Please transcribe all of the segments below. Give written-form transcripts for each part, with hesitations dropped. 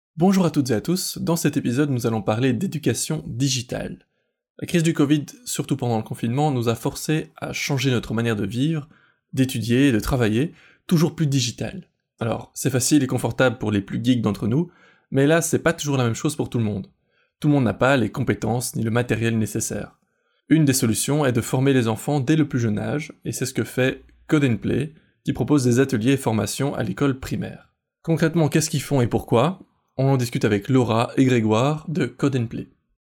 Bonjour à toutes et à tous, dans cet épisode nous allons parler d'éducation digitale. La crise du Covid, surtout pendant le confinement, nous a forcés à changer notre manière de vivre, d'étudier et de travailler, toujours plus digitale. Alors, c'est facile et confortable pour les plus geeks d'entre nous, mais là c'est pas toujours la même chose pour tout le monde. Tout le monde n'a pas les compétences ni le matériel nécessaire. Une des solutions est de former les enfants dès le plus jeune âge, et c'est ce que fait Code & Play, qui propose des ateliers et formations à l'école primaire. Concrètement, qu'est-ce qu'ils font et pourquoi ? On en discute avec Laura et Grégoire de Code & Play.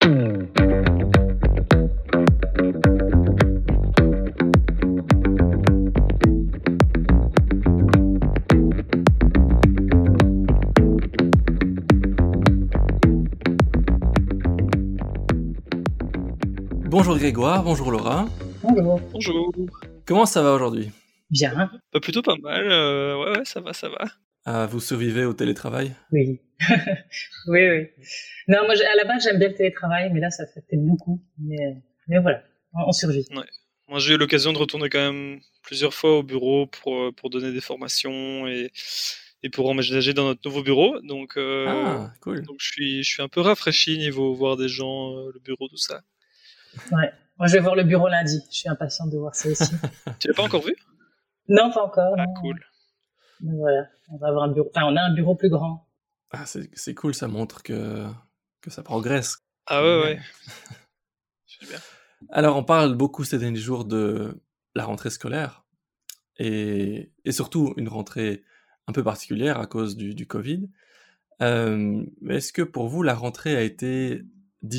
Bonjour Grégoire, bonjour Laura. Bonjour. Bonjour. Comment ça va aujourd'hui ? Bien. Plutôt pas mal, ouais, ça va. Vous survivez au télétravail ? Oui. oui. Non, moi, à la base, j'aime bien le télétravail, mais là, ça fait peut-être beaucoup. Mais voilà, on survit. Ouais. Moi, j'ai eu l'occasion de retourner quand même plusieurs fois au bureau pour donner des formations et pour emménager dans notre nouveau bureau. Donc, cool. donc je suis un peu rafraîchi niveau voir des gens, le bureau, tout ça. Ouais. Moi, je vais voir le bureau lundi. Je suis impatiente de voir ça aussi. Tu l'as pas encore vu ? Non, pas encore. Ah, non. cool. Mais voilà, on va avoir un bureau. Enfin, on a un bureau plus grand. Ah, c'est cool, ça montre que ça progresse. Ah ouais. C'est bien. Alors, on parle beaucoup ces derniers jours de la rentrée scolaire, et surtout une rentrée un peu particulière à cause du Covid. Mais est-ce que pour vous, la rentrée a été digitale ?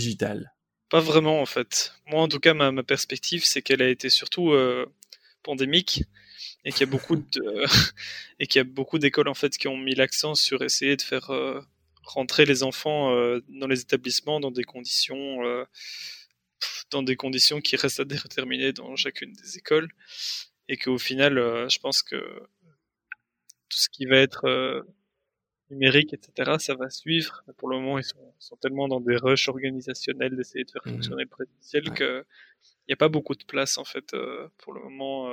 Pas vraiment, en fait. Moi, en tout cas, ma perspective, c'est qu'elle a été surtout pandémique. Et qu'il y a beaucoup et qu'il y a beaucoup d'écoles en fait qui ont mis l'accent sur essayer de faire rentrer les enfants dans les établissements dans des conditions qui restent à déterminer dans chacune des écoles, et qu'au final je pense que tout ce qui va être numérique, etc., ça va suivre. Pour le moment, ils sont tellement dans des rushs organisationnels d'essayer de faire fonctionner le présentiel qu'il n'y a pas beaucoup de place en fait pour le moment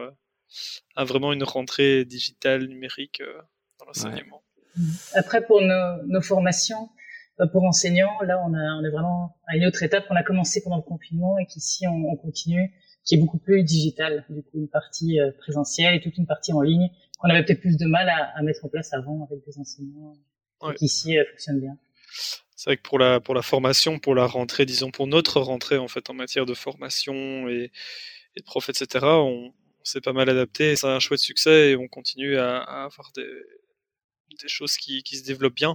à vraiment une rentrée digitale, numérique dans l'enseignement. Ouais. Après, pour nos formations, pour enseignants, là, on est vraiment à une autre étape qu'on a commencé pendant le confinement et qu'ici, on continue, qui est beaucoup plus digitale. Du coup, une partie présentielle et toute une partie en ligne qu'on avait peut-être plus de mal à mettre en place avant avec des enseignants qui ici fonctionnent bien. C'est vrai que pour la formation, pour la rentrée, disons pour notre rentrée en fait en matière de formation et de prof, etc., on s'est pas mal adapté et ça a un chouette succès et on continue à avoir des choses qui se développent bien.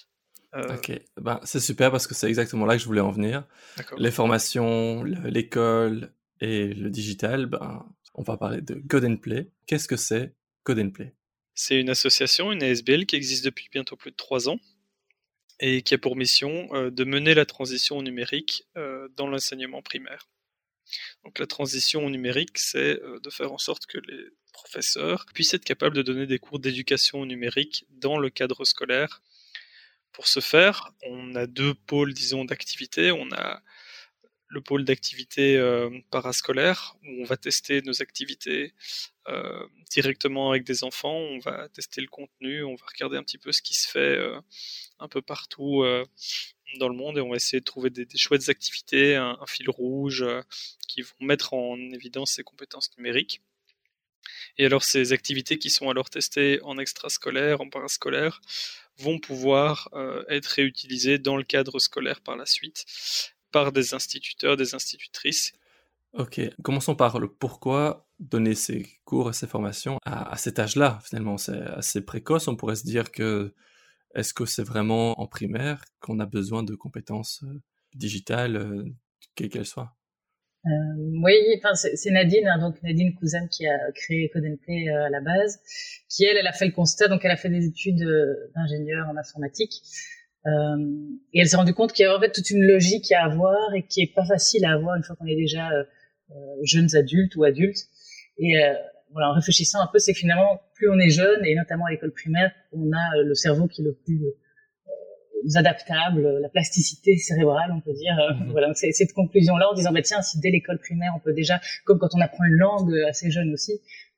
Ok, c'est super parce que c'est exactement là que je voulais en venir. D'accord. Les formations, l'école et le digital, on va parler de Code & Play. Qu'est-ce que c'est Code & Play ? C'est une association, une ASBL qui existe depuis bientôt plus de 3 ans et qui a pour mission de mener la transition au numérique dans l'enseignement primaire. Donc la transition au numérique, c'est de faire en sorte que les professeurs puissent être capables de donner des cours d'éducation au numérique dans le cadre scolaire. Pour ce faire, on a 2 pôles, disons, d'activité. On a le pôle d'activité parascolaire, où on va tester nos activités directement avec des enfants, on va tester le contenu, on va regarder un petit peu ce qui se fait un peu partout dans le monde et on va essayer de trouver des chouettes activités, un fil rouge qui vont mettre en évidence ces compétences numériques. Et alors ces activités qui sont alors testées en extrascolaire, en parascolaire, vont pouvoir être réutilisées dans le cadre scolaire par la suite par des instituteurs, des institutrices. Ok, commençons par le pourquoi donner ces cours et ces formations à cet âge-là. Finalement, c'est assez précoce. On pourrait se dire que est-ce que c'est vraiment en primaire qu'on a besoin de compétences digitales, quelles qu'elles soient ? Oui, enfin c'est Nadine, donc Nadine Cousin qui a créé Code & Play à la base, qui elle a fait le constat, donc elle a fait des études d'ingénieur en informatique. Et elle s'est rendue compte qu'il y avait en fait toute une logique à avoir et qui est pas facile à avoir une fois qu'on est déjà jeunes adultes ou adultes. Et voilà, en réfléchissant un peu, c'est que finalement, plus on est jeune, et notamment à l'école primaire, on a le cerveau qui est le plus adaptable, la plasticité cérébrale, on peut dire. Voilà, donc c'est cette conclusion-là en disant, tiens, si dès l'école primaire, on peut déjà, comme quand on apprend une langue assez jeune aussi,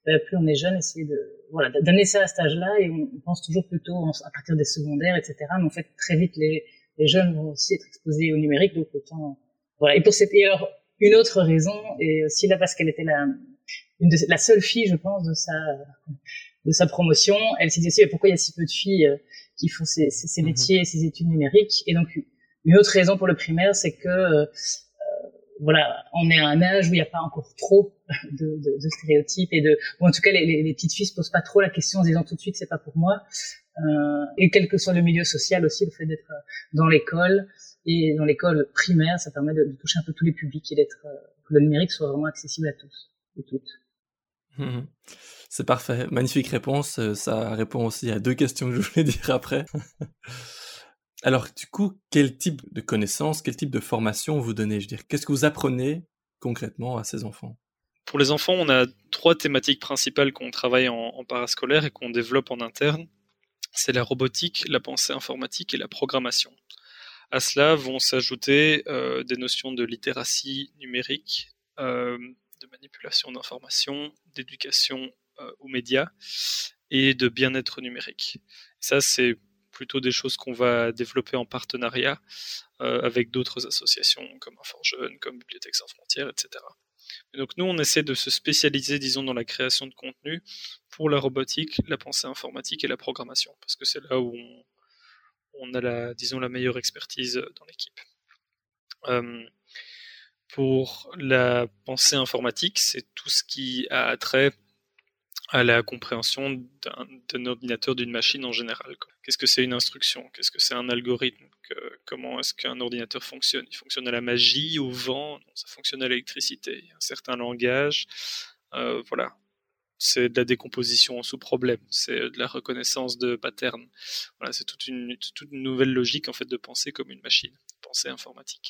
plus on est jeune, essayer d'amener ça à cet âge-là, et on pense toujours plutôt à partir des secondaires, etc. Mais en fait, très vite, les jeunes vont aussi être exposés au numérique, donc autant, voilà. Et alors, une autre raison, et aussi là, parce qu'elle était la seule fille, je pense, de sa promotion, elle s'est dit aussi, pourquoi il y a si peu de filles qui font ces métiers, ces études numériques. Et donc, une autre raison pour le primaire, c'est que voilà, on est à un âge où il n'y a pas encore trop de stéréotypes ou en tout cas les petites filles se posent pas trop la question en se disant tout de suite c'est pas pour moi. Et quel que soit le milieu social aussi, le fait d'être dans l'école et dans l'école primaire, ça permet de toucher un peu tous les publics et que le numérique soit vraiment accessible à tous et toutes. C'est parfait, magnifique réponse. Ça répond aussi à 2 questions que je voulais dire après. Alors, du coup, quel type de connaissances, quel type de formation vous donnez? Je veux dire, qu'est-ce que vous apprenez concrètement à ces enfants? Pour les enfants, on a 3 thématiques principales qu'on travaille en parascolaire et qu'on développe en interne. C'est la robotique, la pensée informatique et la programmation. À cela vont s'ajouter des notions de littératie numérique, de manipulation d'informations, d'éducation aux médias et de bien-être numérique. Ça, c'est plutôt des choses qu'on va développer en partenariat avec d'autres associations comme Enfants Jeunes, comme Bibliothèques Sans Frontières, etc. Et donc nous, on essaie de se spécialiser, disons, dans la création de contenu pour la robotique, la pensée informatique et la programmation, parce que c'est là où on a la meilleure expertise dans l'équipe. Pour la pensée informatique, c'est tout ce qui a trait à la compréhension d'un ordinateur, d'une machine en général. Qu'est-ce que c'est une instruction? Qu'est-ce que c'est un algorithme? Comment est-ce qu'un ordinateur fonctionne? Il fonctionne à la magie, au vent? Non, ça fonctionne à l'électricité. Il y a un certain langage. Voilà. C'est de la décomposition en sous-problème. C'est de la reconnaissance de patterns. Voilà, c'est toute une nouvelle logique en fait de penser comme une machine, pensée informatique.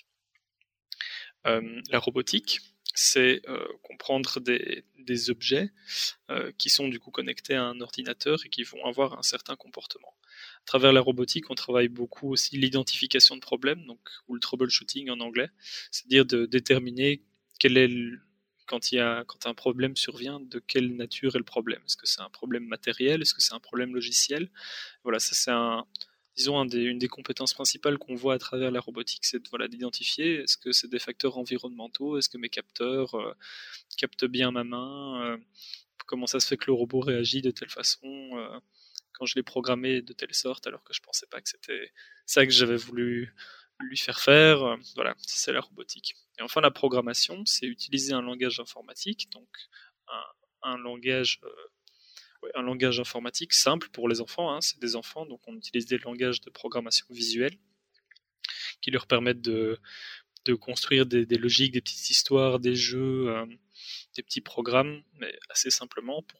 La robotique, c'est comprendre des objets qui sont du coup connectés à un ordinateur et qui vont avoir un certain comportement. À travers la robotique, on travaille beaucoup aussi l'identification de problèmes, donc, ou le troubleshooting en anglais, c'est-à-dire de déterminer quand un problème survient, de quelle nature est le problème. Est-ce que c'est un problème matériel? Est-ce que c'est un problème logiciel? Voilà, ça c'est une des compétences principales qu'on voit à travers la robotique, c'est d'identifier est-ce que c'est des facteurs environnementaux, est-ce que mes capteurs captent bien ma main, comment ça se fait que le robot réagit de telle façon quand je l'ai programmé de telle sorte alors que je pensais pas que c'était ça que j'avais voulu lui faire faire. Voilà, c'est la robotique. Et enfin la programmation, c'est utiliser un langage informatique, donc un langage informatique simple pour les enfants, hein, c'est des enfants, donc on utilise des langages de programmation visuelle qui leur permettent de construire des logiques, des petites histoires, des jeux, des petits programmes, mais assez simplement pour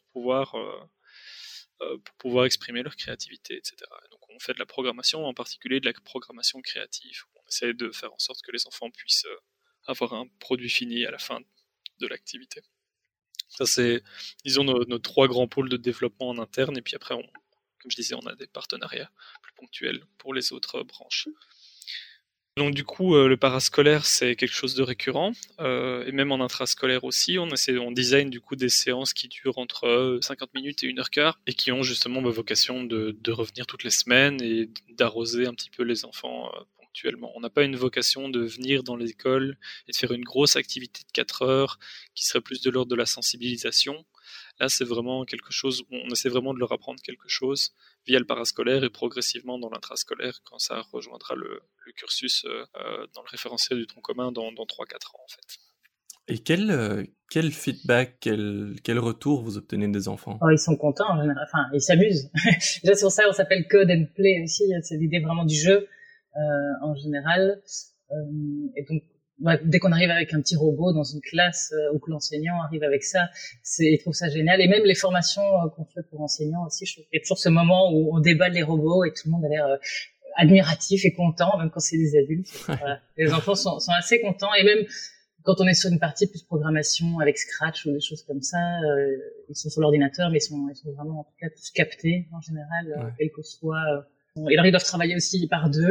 pouvoir exprimer leur créativité, etc. Donc on fait de la programmation, en particulier de la programmation créative. On essaie de faire en sorte que les enfants puissent avoir un produit fini à la fin de l'activité. Ça, c'est, disons, nos 3 grands pôles de développement en interne. Et puis après, comme je disais, on a des partenariats plus ponctuels pour les autres branches. Donc du coup, le parascolaire, c'est quelque chose de récurrent. Et même en intrascolaire aussi, on design du coup des séances qui durent entre 50 minutes et 1h15 et qui ont justement vocation de revenir toutes les semaines et d'arroser un petit peu les enfants ponctuellement. On n'a pas une vocation de venir dans l'école et de faire une grosse activité de 4 heures qui serait plus de l'ordre de la sensibilisation. Là, c'est vraiment quelque chose où on essaie vraiment de leur apprendre quelque chose via le parascolaire et progressivement dans l'intrascolaire quand ça rejoindra le cursus dans le référentiel du tronc commun dans 3-4 ans en fait. Et quel feedback, quel retour vous obtenez des enfants? Ils sont contents en général, enfin ils s'amusent. Déjà sur ça on s'appelle Code and Play aussi, c'est l'idée vraiment du jeu en général. Et donc dès qu'on arrive avec un petit robot dans une classe ou que l'enseignant arrive avec ça, il trouve ça génial. Et même les formations qu'on fait pour enseignants aussi, il y a toujours ce moment où on déballe les robots et tout le monde a l'air admiratif et content, même quand c'est des adultes. Voilà. Les enfants sont assez contents et même quand on est sur une partie plus programmation avec Scratch ou des choses comme ça, ils sont sur l'ordinateur mais ils sont vraiment en tout cas tous captés en général, quel que soit. Et alors ils doivent travailler aussi par 2.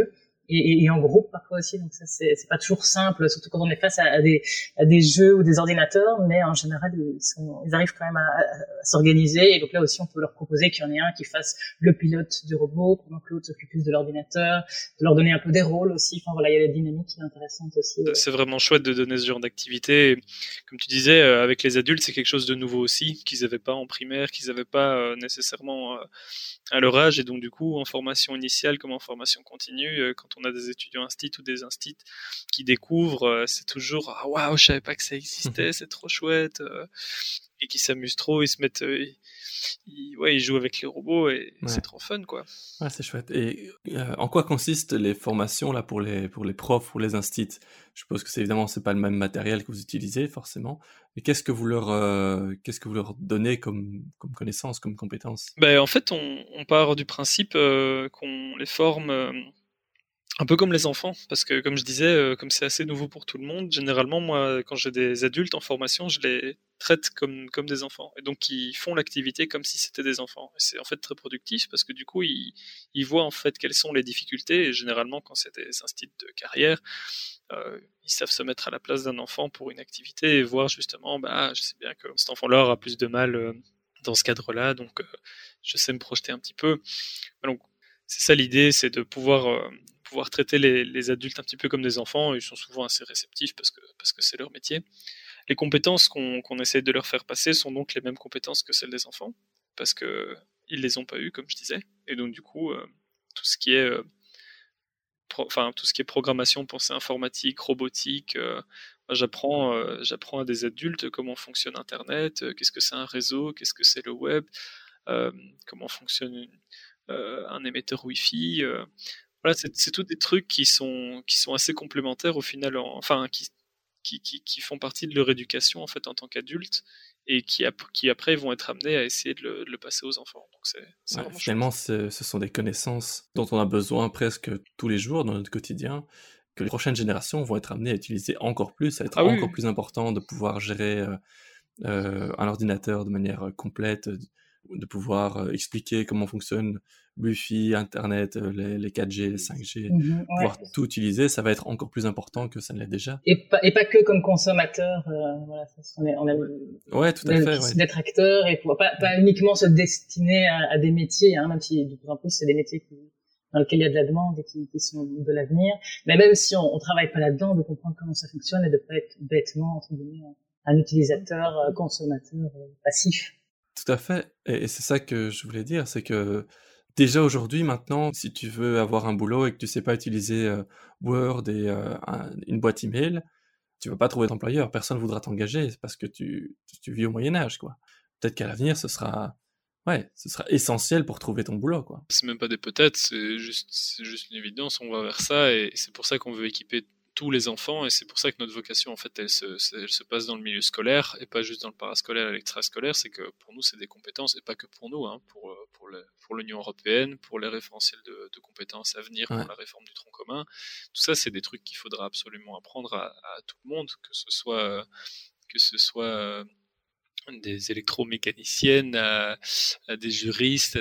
et en groupe parfois aussi. Donc ça, c'est pas toujours simple, surtout quand on est face à des jeux ou des ordinateurs, mais en général, ils arrivent quand même à s'organiser. Et donc là aussi, on peut leur proposer qu'il y en ait un qui fasse le pilote du robot, pendant que l'autre s'occupe plus de l'ordinateur, de leur donner un peu des rôles aussi. Enfin voilà, il y a la dynamique qui est intéressante aussi. C'est vraiment chouette de donner ce genre d'activité. Et comme tu disais, avec les adultes, c'est quelque chose de nouveau aussi, qu'ils n'avaient pas en primaire, qu'ils n'avaient pas nécessairement à leur âge. Et donc du coup, en formation initiale comme en formation continue, quand on a des étudiants instit ou des instits qui découvrent, c'est toujours « Ah waouh, je savais pas que ça existait, c'est trop chouette !» Et qui s'amusent trop, ils se mettent... ils jouent avec les robots et c'est trop fun, quoi. Ouais, c'est chouette. Et en quoi consistent les formations là pour les profs ou les instits? Je suppose que c'est pas le même matériel que vous utilisez forcément, mais qu'est-ce que vous leur donnez comme connaissances, comme compétences? Ben, en fait, on part du principe qu'on les forme un peu comme les enfants, parce que comme je disais, comme c'est assez nouveau pour tout le monde, généralement, moi, quand j'ai des adultes en formation, je les traite comme des enfants. Et donc, ils font l'activité comme si c'était des enfants. Et c'est en fait très productif, parce que du coup, ils voient en fait quelles sont les difficultés. Et généralement, quand c'est des instits de carrière, ils savent se mettre à la place d'un enfant pour une activité et voir justement, je sais bien que cet enfant-là aura plus de mal dans ce cadre-là, donc je sais me projeter un petit peu. Donc, c'est ça l'idée, c'est de pouvoir traiter les adultes un petit peu comme des enfants. Ils sont souvent assez réceptifs parce que c'est leur métier. Les compétences qu'on essaie de leur faire passer sont donc les mêmes compétences que celles des enfants, parce qu'ils ne les ont pas eues, comme je disais. Et donc du coup, tout ce qui est programmation, pensée informatique, robotique, j'apprends à des adultes comment fonctionne Internet, qu'est-ce que c'est un réseau, qu'est-ce que c'est le web, comment fonctionne un émetteur Wi-Fi. Voilà, c'est tous des trucs qui sont assez complémentaires au final, qui font partie de leur éducation en fait en tant qu'adultes et qui après vont être amenés à essayer de le passer aux enfants. Donc c'est vraiment finalement, chouette. ce sont des connaissances dont on a besoin presque tous les jours dans notre quotidien, que les prochaines générations vont être amenées à utiliser encore plus, ça va être encore plus important de pouvoir gérer un ordinateur de manière complète, de pouvoir expliquer comment fonctionne Wi-Fi, Internet, les 4G, les 5G, pouvoir tout utiliser, ça va être encore plus important que ça ne l'est déjà. Et pas que comme consommateur, voilà, on a tout à fait, d'être acteur et pas uniquement se destiner à des métiers, hein, même si de plus en plus c'est des métiers dans lesquels il y a de la demande et qui sont de l'avenir. Mais même si on travaille pas là-dedans, de comprendre comment ça fonctionne et de pas être bêtement, entre guillemets, un utilisateur, consommateur passif. Tout à fait. Et c'est ça que je voulais dire, c'est que déjà aujourd'hui, maintenant, si tu veux avoir un boulot et que tu sais pas utiliser Word et une boîte email, tu vas pas trouver d'employeur. Personne voudra t'engager parce que tu vis au Moyen-Âge, quoi. Peut-être qu'à l'avenir, ce sera essentiel pour trouver ton boulot, quoi. C'est même pas des peut-être, c'est juste une évidence. On va vers ça et c'est pour ça qu'on veut équiper tous les enfants et c'est pour ça que notre vocation en fait elle se passe dans le milieu scolaire et pas juste dans le parascolaire et l'extrascolaire. C'est que pour nous c'est des compétences et pas que pour nous, hein, pour l'Union européenne, pour les référentiels de compétences à venir, pour la réforme du tronc commun. Tout ça c'est des trucs qu'il faudra absolument apprendre à tout le monde, que ce soit des électromécaniciennes à des juristes,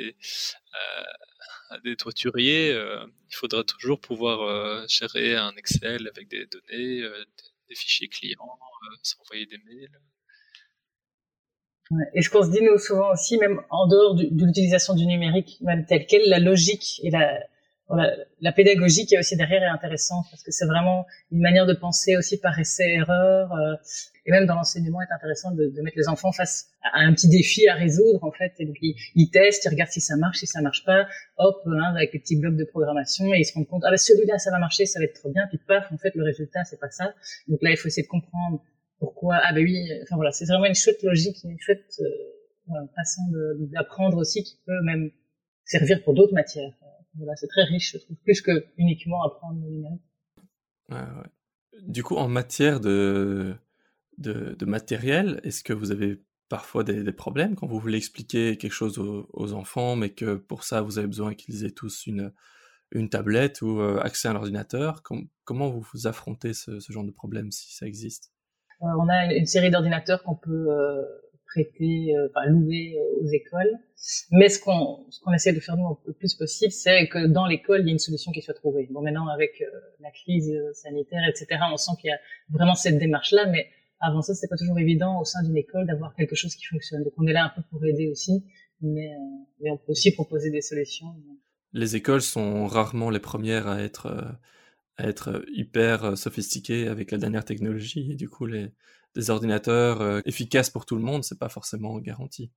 à des toituriers, il faudra toujours pouvoir gérer un Excel avec des données, des fichiers clients, s'envoyer des mails. Ouais. Et ce qu'on se dit nous souvent aussi, même en dehors de l'utilisation du numérique, même tel quel, la logique et la pédagogie qui est aussi derrière est intéressante parce que c'est vraiment une manière de penser aussi par essai-erreur. Et même dans l'enseignement, est intéressant de mettre les enfants face à un petit défi à résoudre en fait. Et donc ils testent, ils regardent si ça marche pas, hop, avec les petits blocs de programmation et ils se rendent compte celui-là ça va marcher, ça va être trop bien. Puis paf, en fait le résultat c'est pas ça. Donc là il faut essayer de comprendre pourquoi. Enfin voilà, c'est vraiment une chouette logique, une chouette façon d'apprendre aussi qui peut même servir pour d'autres matières. Voilà, c'est très riche, je trouve, plus que uniquement apprendre le numérique. Ouais. Du coup, en matière de matériel, est-ce que vous avez parfois des problèmes quand vous voulez expliquer quelque chose aux enfants, mais que pour ça vous avez besoin qu'ils aient tous une tablette ou accès à un ordinateur? Comment vous affrontez ce genre de problème si ça existe? On a une série d'ordinateurs qu'on peut prêter, louer aux écoles. Mais ce qu'on essaie de faire nous le plus possible, c'est que dans l'école, il y ait une solution qui soit trouvée. Bon, maintenant avec la crise sanitaire, etc., on sent qu'il y a vraiment cette démarche-là, mais avant ça, c'est pas toujours évident au sein d'une école d'avoir quelque chose qui fonctionne. Donc on est là un peu pour aider aussi, mais on peut aussi proposer des solutions. Les écoles sont rarement les premières à être hyper sophistiquées avec la dernière technologie, et du coup des ordinateurs efficaces pour tout le monde, c'est pas forcément garanti.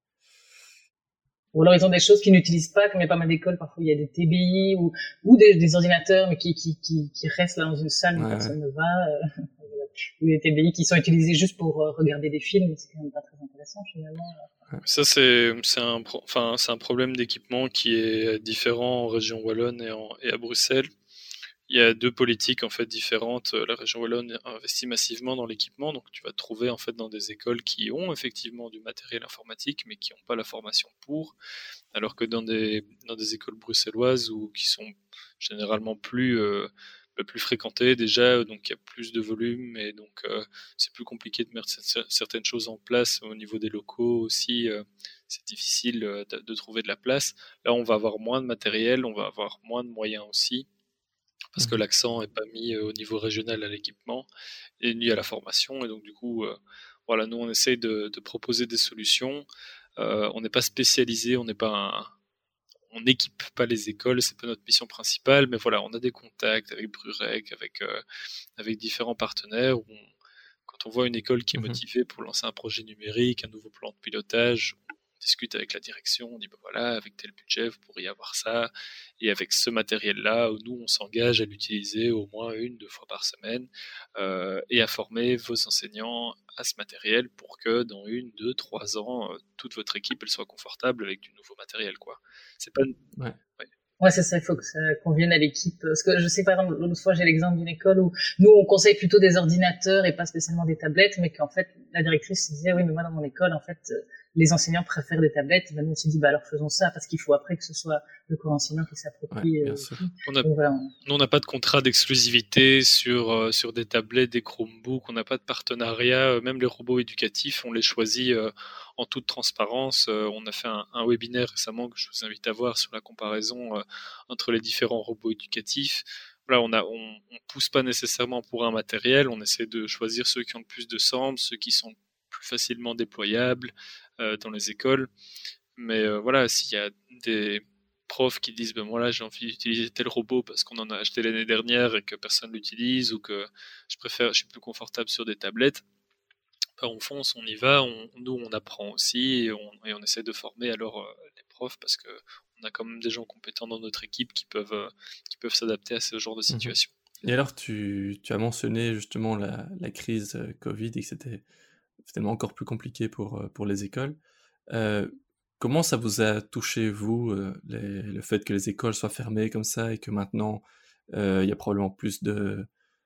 Ou alors ils ont des choses qu'ils n'utilisent pas, comme il y a pas mal d'écoles, parfois il y a des TBI ou des ordinateurs mais qui restent là dans une salle où personne ne va, ou des TBI qui sont utilisés juste pour regarder des films, c'est quand même pas très intéressant finalement. Ça c'est un problème d'équipement qui est différent en région wallonne et à Bruxelles. Il y a deux politiques en fait différentes. La région wallonne investit massivement dans l'équipement, donc tu vas te trouver en fait dans des écoles qui ont effectivement du matériel informatique, mais qui n'ont pas la formation pour, alors que dans des écoles bruxelloises ou qui sont généralement plus fréquentées déjà, donc il y a plus de volume et donc c'est plus compliqué de mettre certaines choses en place au niveau des locaux aussi. C'est difficile de trouver de la place. Là, on va avoir moins de matériel, on va avoir moins de moyens aussi, parce que l'accent n'est pas mis au niveau régional à l'équipement et ni à la formation. Et donc, du coup, voilà, nous, on essaye de proposer des solutions. On n'est pas spécialisé, on n'équipe pas les écoles, c'est pas notre mission principale, mais voilà, on a des contacts avec Brurec, avec différents partenaires. Quand on voit une école qui est motivée pour lancer un projet numérique, un nouveau plan de pilotage, on discute avec la direction, on dit voilà, avec tel budget, vous pourriez avoir ça, et avec ce matériel-là, nous, on s'engage à l'utiliser au moins 1-2 fois par semaine, et à former vos enseignants à ce matériel pour que dans 1, 2, 3 ans, toute votre équipe elle soit confortable avec du nouveau matériel, quoi. C'est pas... Ouais, c'est ça, il faut que ça convienne à l'équipe. Parce que je sais, par exemple, l'autre fois, j'ai l'exemple d'une école où nous, on conseille plutôt des ordinateurs et pas spécialement des tablettes, mais qu'en fait, la directrice disait, oui, mais moi, dans mon école, en fait, les enseignants préfèrent des tablettes. Ben, nous, on s'est dit, alors faisons ça, parce qu'il faut après que ce soit le corps enseignant qui s'approprie. On n'a pas de contrat d'exclusivité sur des tablettes, des Chromebooks, on n'a pas de partenariat, même les robots éducatifs, on les choisit en toute transparence. On a fait un webinaire récemment que je vous invite à voir sur la comparaison entre les différents robots éducatifs. Voilà, on pousse pas nécessairement pour un matériel, on essaie de choisir ceux qui ont le plus de sens, ceux qui sont plus facilement déployables dans les écoles. Mais voilà, s'il y a des profs qui disent ben moi j'ai envie d'utiliser tel robot parce qu'on en a acheté l'année dernière et que personne l'utilise, ou que je suis plus confortable sur des tablettes, ben on fonce, on y va, nous on apprend aussi et on essaie de former alors les profs, parce que on a quand même des gens compétents dans notre équipe qui peuvent s'adapter à ce genre de situation. Et alors tu as mentionné justement la crise Covid et que c'était finalement encore plus compliqué pour les écoles. Comment ça vous a touché, vous, le fait que les écoles soient fermées comme ça et que maintenant, il y a probablement plus de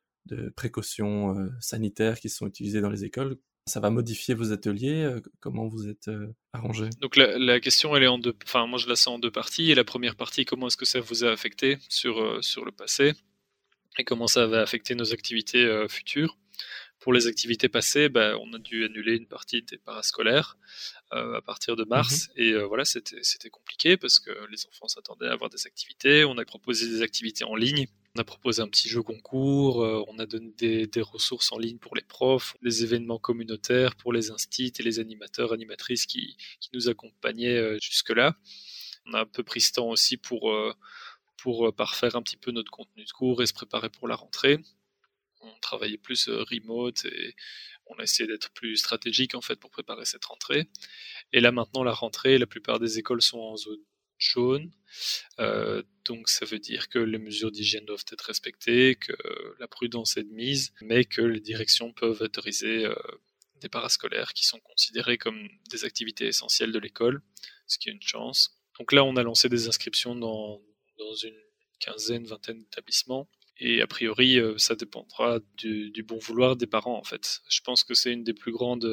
précautions sanitaires qui sont utilisées dans les écoles? Ça va modifier vos ateliers? Comment vous êtes arrangés? Donc la question, elle est en deux... Enfin, moi, je la sens en deux parties. Et la première partie, comment est-ce que ça vous a affecté sur le passé et comment ça va affecter nos activités futures. Pour les activités passées, on a dû annuler une partie des parascolaires à partir de mars. Et voilà, c'était compliqué parce que les enfants s'attendaient à avoir des activités. On a proposé des activités en ligne. On a proposé un petit jeu concours, on a donné des ressources en ligne pour les profs, des événements communautaires pour les instits et les animateurs, animatrices qui nous accompagnaient jusque-là. On a un peu pris ce temps aussi pour parfaire un petit peu notre contenu de cours et se préparer pour la rentrée. On travaillait plus remote et on a essayé d'être plus stratégique en fait pour préparer cette rentrée. Et là maintenant, la rentrée, la plupart des écoles sont en zone jaune. Donc ça veut dire que les mesures d'hygiène doivent être respectées, que la prudence est de mise, mais que les directions peuvent autoriser des parascolaires qui sont considérés comme des activités essentielles de l'école, ce qui est une chance. Donc là, on a lancé des inscriptions dans une quinzaine, vingtaine d'établissements. Et a priori, ça dépendra du bon vouloir des parents, en fait. Je pense que c'est une des plus grandes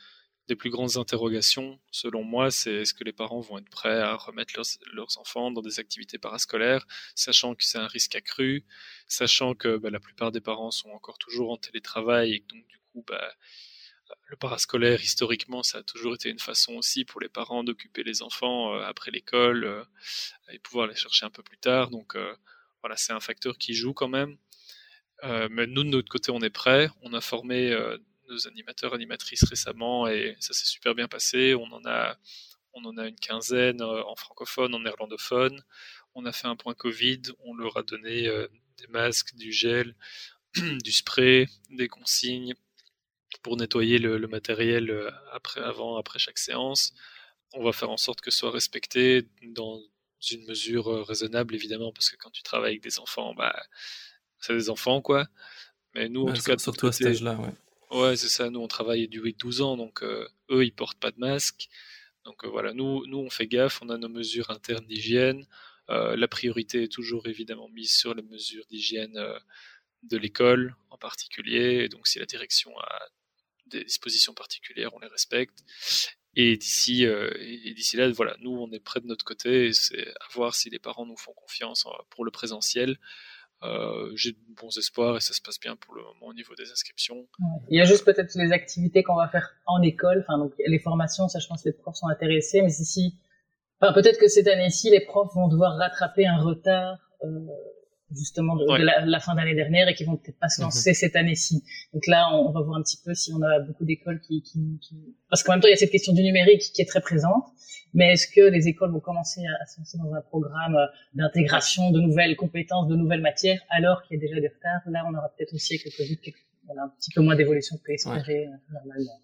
interrogations, selon moi, c'est est-ce que les parents vont être prêts à remettre leurs enfants dans des activités parascolaires, sachant que c'est un risque accru, sachant que la plupart des parents sont encore toujours en télétravail et que donc du coup, Le parascolaire, historiquement, ça a toujours été une façon aussi pour les parents d'occuper les enfants après l'école et pouvoir les chercher un peu plus tard. Donc voilà, c'est un facteur qui joue quand même. Mais nous, de notre côté, on est prêts. On a formé nos animateurs, animatrices récemment et ça s'est super bien passé. On en a une quinzaine en francophone, en néerlandophone. On a fait un point Covid. On leur a donné des masques, du gel, du spray, des consignes pour nettoyer le matériel après chaque séance. On va faire en sorte que ce soit respecté dans une mesure raisonnable, évidemment, parce que quand tu travailles avec des enfants, bah, c'est des enfants, quoi. Mais nous, en tout cas, de notre surtout à cet côté, âge-là, ouais. ouais, c'est ça. Nous, on travaille du 8-12 ans, donc eux, ils portent pas de masque. Donc voilà, nous, on fait gaffe, on a nos mesures internes d'hygiène. La priorité est toujours évidemment mise sur les mesures d'hygiène de l'école en particulier. Et donc si la direction a des dispositions particulières, on les respecte. Et d'ici là, voilà, nous, on est prêts de notre côté. Et c'est à voir si les parents nous font confiance pour le présentiel. J'ai de bons espoirs et ça se passe bien pour le moment au niveau des inscriptions. Il y a juste peut-être les activités qu'on va faire en école, enfin donc les formations, ça je pense que les profs sont intéressés, mais enfin peut-être que cette année-ci les profs vont devoir rattraper un retard justement de la fin d'année dernière et qui vont peut-être pas se lancer cette année-ci. Donc là on va voir un petit peu si on a beaucoup d'écoles qui... Parce qu'en même temps il y a cette question du numérique qui est très présente, mais est-ce que les écoles vont commencer à se lancer dans un programme d'intégration de nouvelles compétences, de nouvelles matières, alors qu'il y a déjà des retards? Là on aura peut-être aussi avec le Covid un petit peu moins d'évolution que espérer normalement.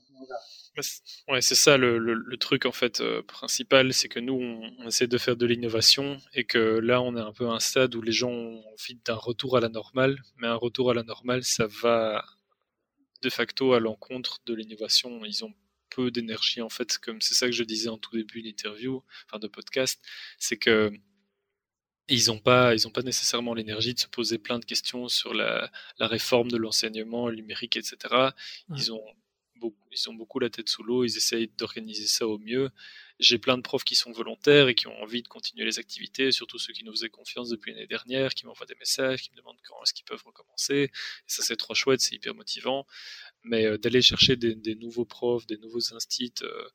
Ouais, c'est ça le truc en fait principal, c'est que nous on essaie de faire de l'innovation et que là on est un peu à un stade où les gens ont envie d'un retour à la normale, mais un retour à la normale ça va de facto à l'encontre de l'innovation. Ils ont peu d'énergie en fait, comme c'est ça que je disais en tout début d'interview, enfin de podcast, c'est que ils n'ont pas nécessairement l'énergie de se poser plein de questions sur la réforme de l'enseignement le numérique, etc. Ils ont beaucoup la tête sous l'eau, ils essayent d'organiser ça au mieux. J'ai plein de profs qui sont volontaires et qui ont envie de continuer les activités, surtout ceux qui nous faisaient confiance depuis l'année dernière, qui m'envoient des messages, qui me demandent quand est-ce qu'ils peuvent recommencer. Et ça, c'est trop chouette, c'est hyper motivant. Mais d'aller chercher des nouveaux profs, des nouveaux instits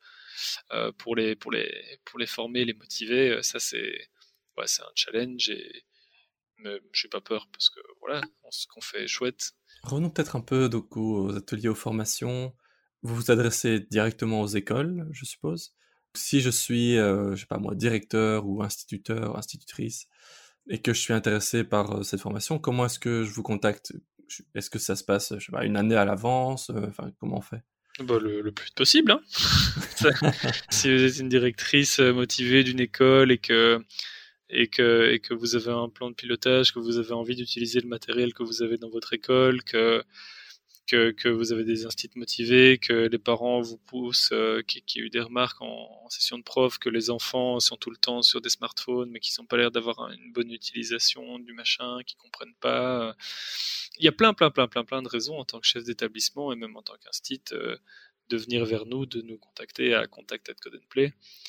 pour les former, les motiver, ça c'est un challenge mais j'ai pas peur parce que voilà, ce qu'on fait est chouette. Revenons peut-être un peu donc, aux ateliers, aux formations. Vous vous adressez directement aux écoles, je suppose. Si je suis, je sais pas moi, directeur ou instituteur, institutrice, et que je suis intéressé par cette formation, comment est-ce que je vous contacte? Est-ce que ça se passe, je sais pas, une année à l'avance? Enfin, comment on fait? Bah, le plus vite possible, hein. Si vous êtes une directrice motivée d'une école et que vous avez un plan de pilotage, que vous avez envie d'utiliser le matériel que vous avez dans votre école, que vous avez des instits motivés, que les parents vous poussent, qu'il y a eu des remarques en session de prof, que les enfants sont tout le temps sur des smartphones, mais qui n'ont pas l'air d'avoir une bonne utilisation du machin, qui comprennent pas. Il y a plein de raisons en tant que chef d'établissement et même en tant qu'instit de venir vers nous, de nous contacter à contact@codeandplay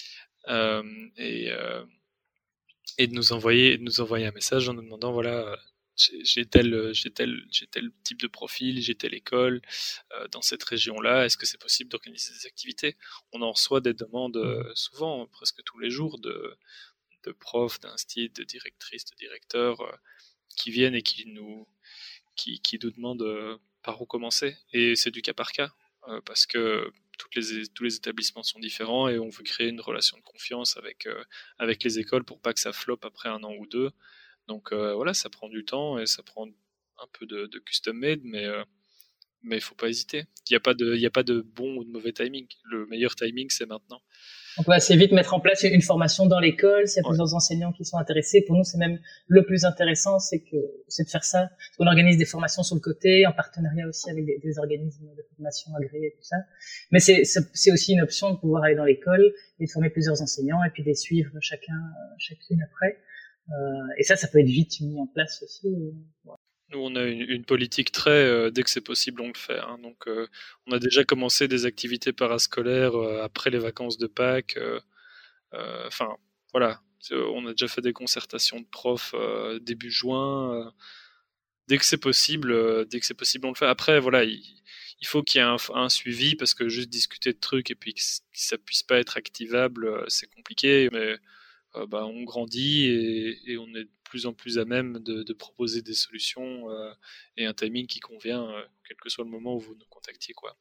et de nous envoyer un message en nous demandant voilà j'ai tel type de profil, j'ai telle école dans cette région-là, est-ce que c'est possible d'organiser des activités? On en reçoit des demandes souvent, presque tous les jours, de profs, d'instits, de directrices, de directeurs qui viennent et qui nous demandent par où commencer. Et c'est du cas par cas, parce que tous les établissements sont différents et on veut créer une relation de confiance avec les écoles pour pas que ça floppe après un an ou deux. Donc voilà, ça prend du temps et ça prend un peu de custom made, mais il faut pas hésiter. Il n'y a pas de bon ou de mauvais timing. Le meilleur timing, c'est maintenant. On peut assez vite mettre en place une formation dans l'école, s'il y a plusieurs enseignants qui sont intéressés. Pour nous, c'est même le plus intéressant, c'est de faire ça. On organise des formations sur le côté, en partenariat aussi avec des organismes de formation agréés et tout ça. Mais c'est aussi une option de pouvoir aller dans l'école et de former plusieurs enseignants et puis de les suivre chacune après. Et ça peut être vite mis en place aussi. Ouais. Nous, on a une politique très dès que c'est possible, on le fait. Hein. Donc, on a déjà commencé des activités parascolaires après les vacances de Pâques. Enfin, voilà. On a déjà fait des concertations de profs début juin. Dès que c'est possible, on le fait. Après, voilà, il il faut qu'il y ait un suivi, parce que juste discuter de trucs et puis que ça puisse pas être activable, c'est compliqué, mais on grandit et on est de plus en plus à même de proposer des solutions et un timing qui convient, quel que soit le moment où vous nous contactiez, quoi.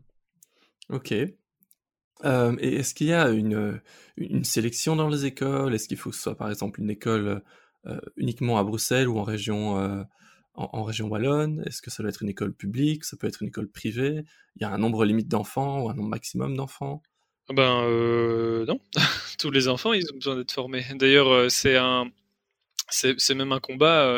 Ok. Et est-ce qu'il y a une sélection dans les écoles? Est-ce qu'il faut que ce soit par exemple une école uniquement à Bruxelles ou en région wallonne? Est-ce que ça doit être une école publique? Ça peut être une école privée? Il y a un nombre limite d'enfants ou un nombre maximum d'enfants? Non, tous les enfants, ils ont besoin d'être formés. D'ailleurs, c'est même un combat.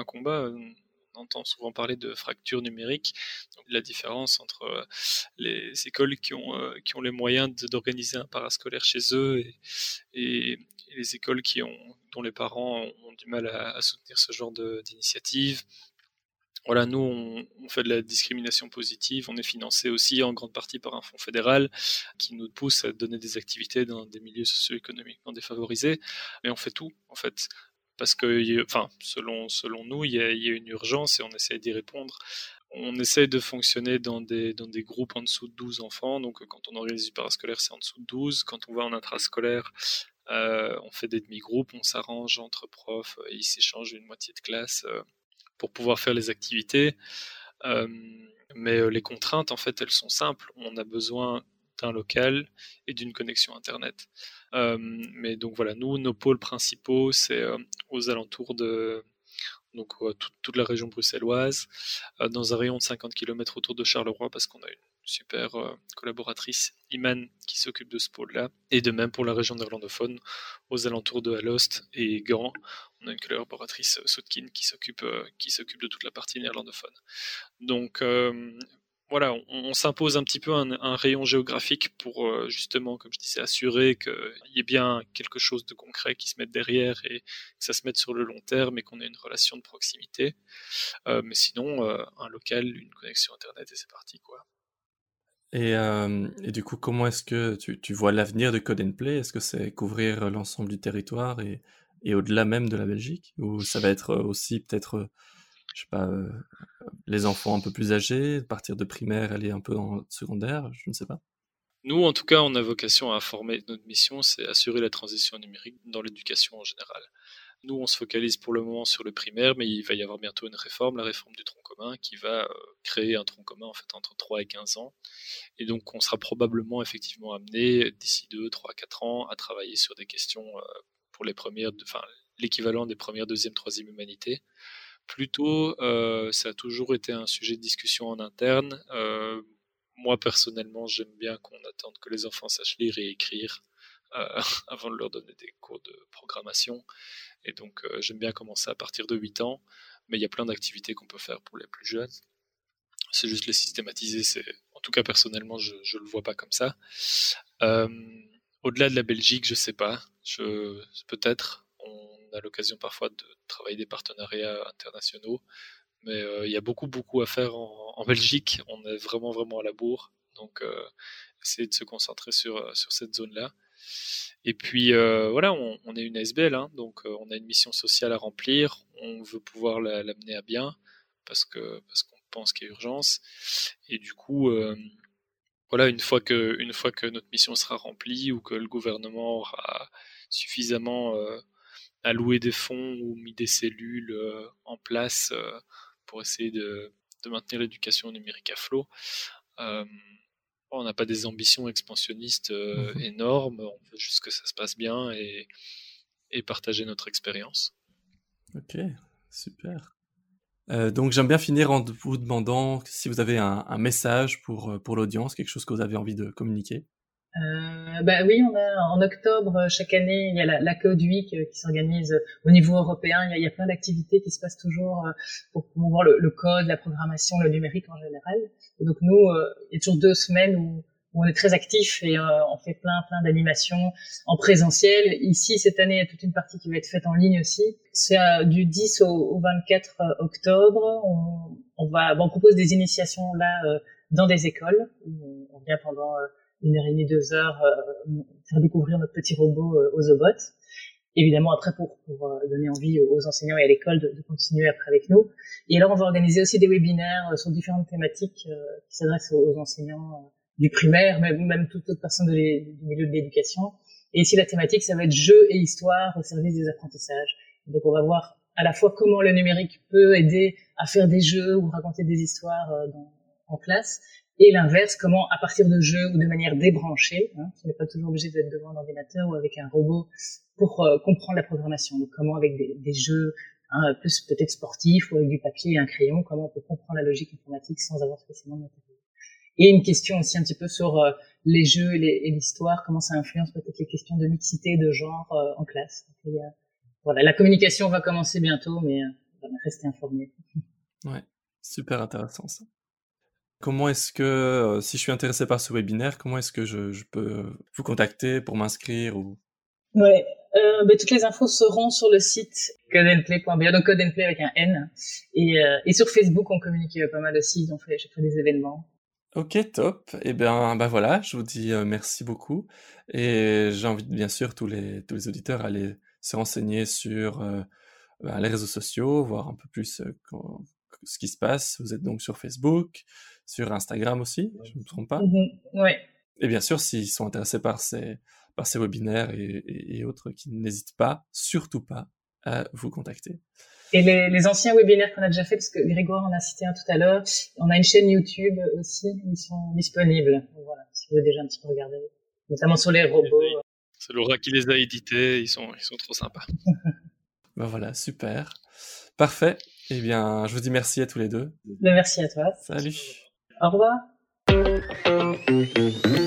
On entend souvent parler de fracture numérique. Donc, la différence entre les écoles qui ont les moyens d'organiser un parascolaire chez eux et les écoles dont les parents ont du mal à soutenir ce genre d'initiative. Voilà, nous, on fait de la discrimination positive. On est financé aussi en grande partie par un fonds fédéral qui nous pousse à donner des activités dans des milieux socio-économiquement défavorisés. Mais on fait tout, en fait. Parce que, selon nous, il y a une urgence et on essaie d'y répondre. On essaie de fonctionner dans des groupes en dessous de 12 enfants. Donc, quand on organise du parascolaire, c'est en dessous de 12. Quand on va en intrascolaire, on fait des demi-groupes, on s'arrange entre profs, et ils s'échangent une moitié de classe pour pouvoir faire les activités. Mais les contraintes, en fait, elles sont simples. On a besoin d'un local et d'une connexion Internet. Mais donc voilà, nous, nos pôles principaux, c'est aux alentours de toute la région bruxelloise, dans un rayon de 50 km autour de Charleroi, parce qu'on a une super collaboratrice, Iman, qui s'occupe de ce pôle-là. Et de même pour la région néerlandophone, aux alentours de Alost et Gand, on a une collaboratrice, Sotkin, qui s'occupe de toute la partie néerlandophone. Donc voilà, on s'impose un petit peu un rayon géographique pour justement, comme je disais, assurer qu'il y ait bien quelque chose de concret qui se mette derrière et que ça se mette sur le long terme et qu'on ait une relation de proximité. Mais sinon, un local, une connexion Internet et c'est parti, quoi. Et du coup, comment est-ce que tu vois l'avenir de Code and Play? Est-ce que c'est couvrir l'ensemble du territoire et au-delà même de la Belgique? Ou ça va être aussi peut-être, je sais pas, les enfants un peu plus âgés, partir de primaire, aller un peu en secondaire, je ne sais pas. Nous, en tout cas, on a vocation à former. Notre mission, c'est assurer la transition numérique dans l'éducation en général. Nous, on se focalise pour le moment sur le primaire, mais il va y avoir bientôt une réforme, la réforme du tronc commun, qui va créer un tronc commun en fait entre 3 et 15 ans. Et donc, on sera probablement effectivement amené d'ici 2, 3, 4 ans à travailler sur des questions pour les l'équivalent des premières, deuxième, troisième humanités. Plutôt, ça a toujours été un sujet de discussion en interne. Moi, personnellement, j'aime bien qu'on attende que les enfants sachent lire et écrire avant de leur donner des cours de programmation. Et donc, j'aime bien commencer à partir de 8 ans. Mais il y a plein d'activités qu'on peut faire pour les plus jeunes. C'est juste les systématiser. En tout cas, personnellement, je ne le vois pas comme ça. Au-delà de la Belgique, je sais pas. Peut-être. On a l'occasion parfois de travailler des partenariats internationaux. Mais il y a beaucoup à faire en Belgique. On est vraiment à la bourre. Donc, essayer de se concentrer sur cette zone-là. Et puis, voilà, on est une ASBL, hein, donc on a une mission sociale à remplir. On veut pouvoir l'amener à bien parce qu'on pense qu'il y a urgence. Et du coup, voilà, une fois que notre mission sera remplie ou que le gouvernement aura suffisamment alloué des fonds ou mis des cellules en place pour essayer de maintenir l'éducation numérique à flot. On n'a pas des ambitions expansionnistes énormes, on veut juste que ça se passe bien et partager notre expérience. Ok, super. Donc j'aime bien finir en vous demandant si vous avez un message pour l'audience, quelque chose que vous avez envie de communiquer. Oui, on a en octobre chaque année, il y a la Code Week qui s'organise au niveau européen. Il y a plein d'activités qui se passent toujours pour promouvoir le code, la programmation, le numérique en général. Et donc nous, il y a toujours 2 semaines où on est très actifs et on fait plein d'animations en présentiel. Ici, cette année, il y a toute une partie qui va être faite en ligne aussi. C'est du 10 au 24 octobre. On propose des initiations là dans des écoles. On vient pendant 1h30, 2 heures faire découvrir notre petit robot aux Obots. évidemment après pour donner envie aux enseignants et à l'école de continuer après avec nous. Et alors on va organiser aussi des webinaires sur différentes thématiques qui s'adressent aux enseignants du primaire, même toute autre personne du milieu de l'éducation. Et ici la thématique, ça va être jeux et histoire au service des apprentissages. Donc on va voir à la fois comment le numérique peut aider à faire des jeux ou raconter des histoires en classe, et l'inverse, comment à partir de jeux ou de manière débranchée, tu n'es pas toujours obligé d'être devant un ordinateur ou avec un robot pour comprendre la programmation. Donc comment avec des jeux plus peut-être sportifs ou avec du papier et un crayon, comment on peut comprendre la logique informatique sans avoir spécialement de matériel. Et une question aussi un petit peu sur les jeux et l'histoire, comment ça influence peut-être les questions de mixité, de genre en classe. Donc, voilà, la communication va commencer bientôt, mais restez informés. Ouais, super intéressant ça. Comment est-ce que, si je suis intéressé par ce webinaire, comment est-ce que je peux vous contacter pour m'inscrire ou... Ouais, toutes les infos seront sur le site codeandplay.be, donc codeandplay avec un N. Et sur Facebook, on communique pas mal aussi, on fait chaque fois des événements. Ok, top. Et ben voilà, je vous dis merci beaucoup. Et j'invite bien sûr tous les auditeurs à aller se renseigner sur les réseaux sociaux, voir un peu plus ce qui se passe. Vous êtes donc sur Facebook, sur Instagram aussi, je ne me trompe pas. Ouais. Et bien sûr, s'ils sont intéressés par ces webinaires et autres, qu'ils n'hésitent pas, surtout pas, à vous contacter. Et les anciens webinaires qu'on a déjà fait, parce que Grégoire en a cité un tout à l'heure, on a une chaîne YouTube aussi, ils sont disponibles. Donc voilà, si vous voulez déjà un petit peu regarder, notamment sur les robots. C'est Laura qui les a édités, ils sont trop sympas. Ben voilà, super. Parfait. Eh bien, je vous dis merci à tous les deux. Merci à toi. Salut. Au revoir.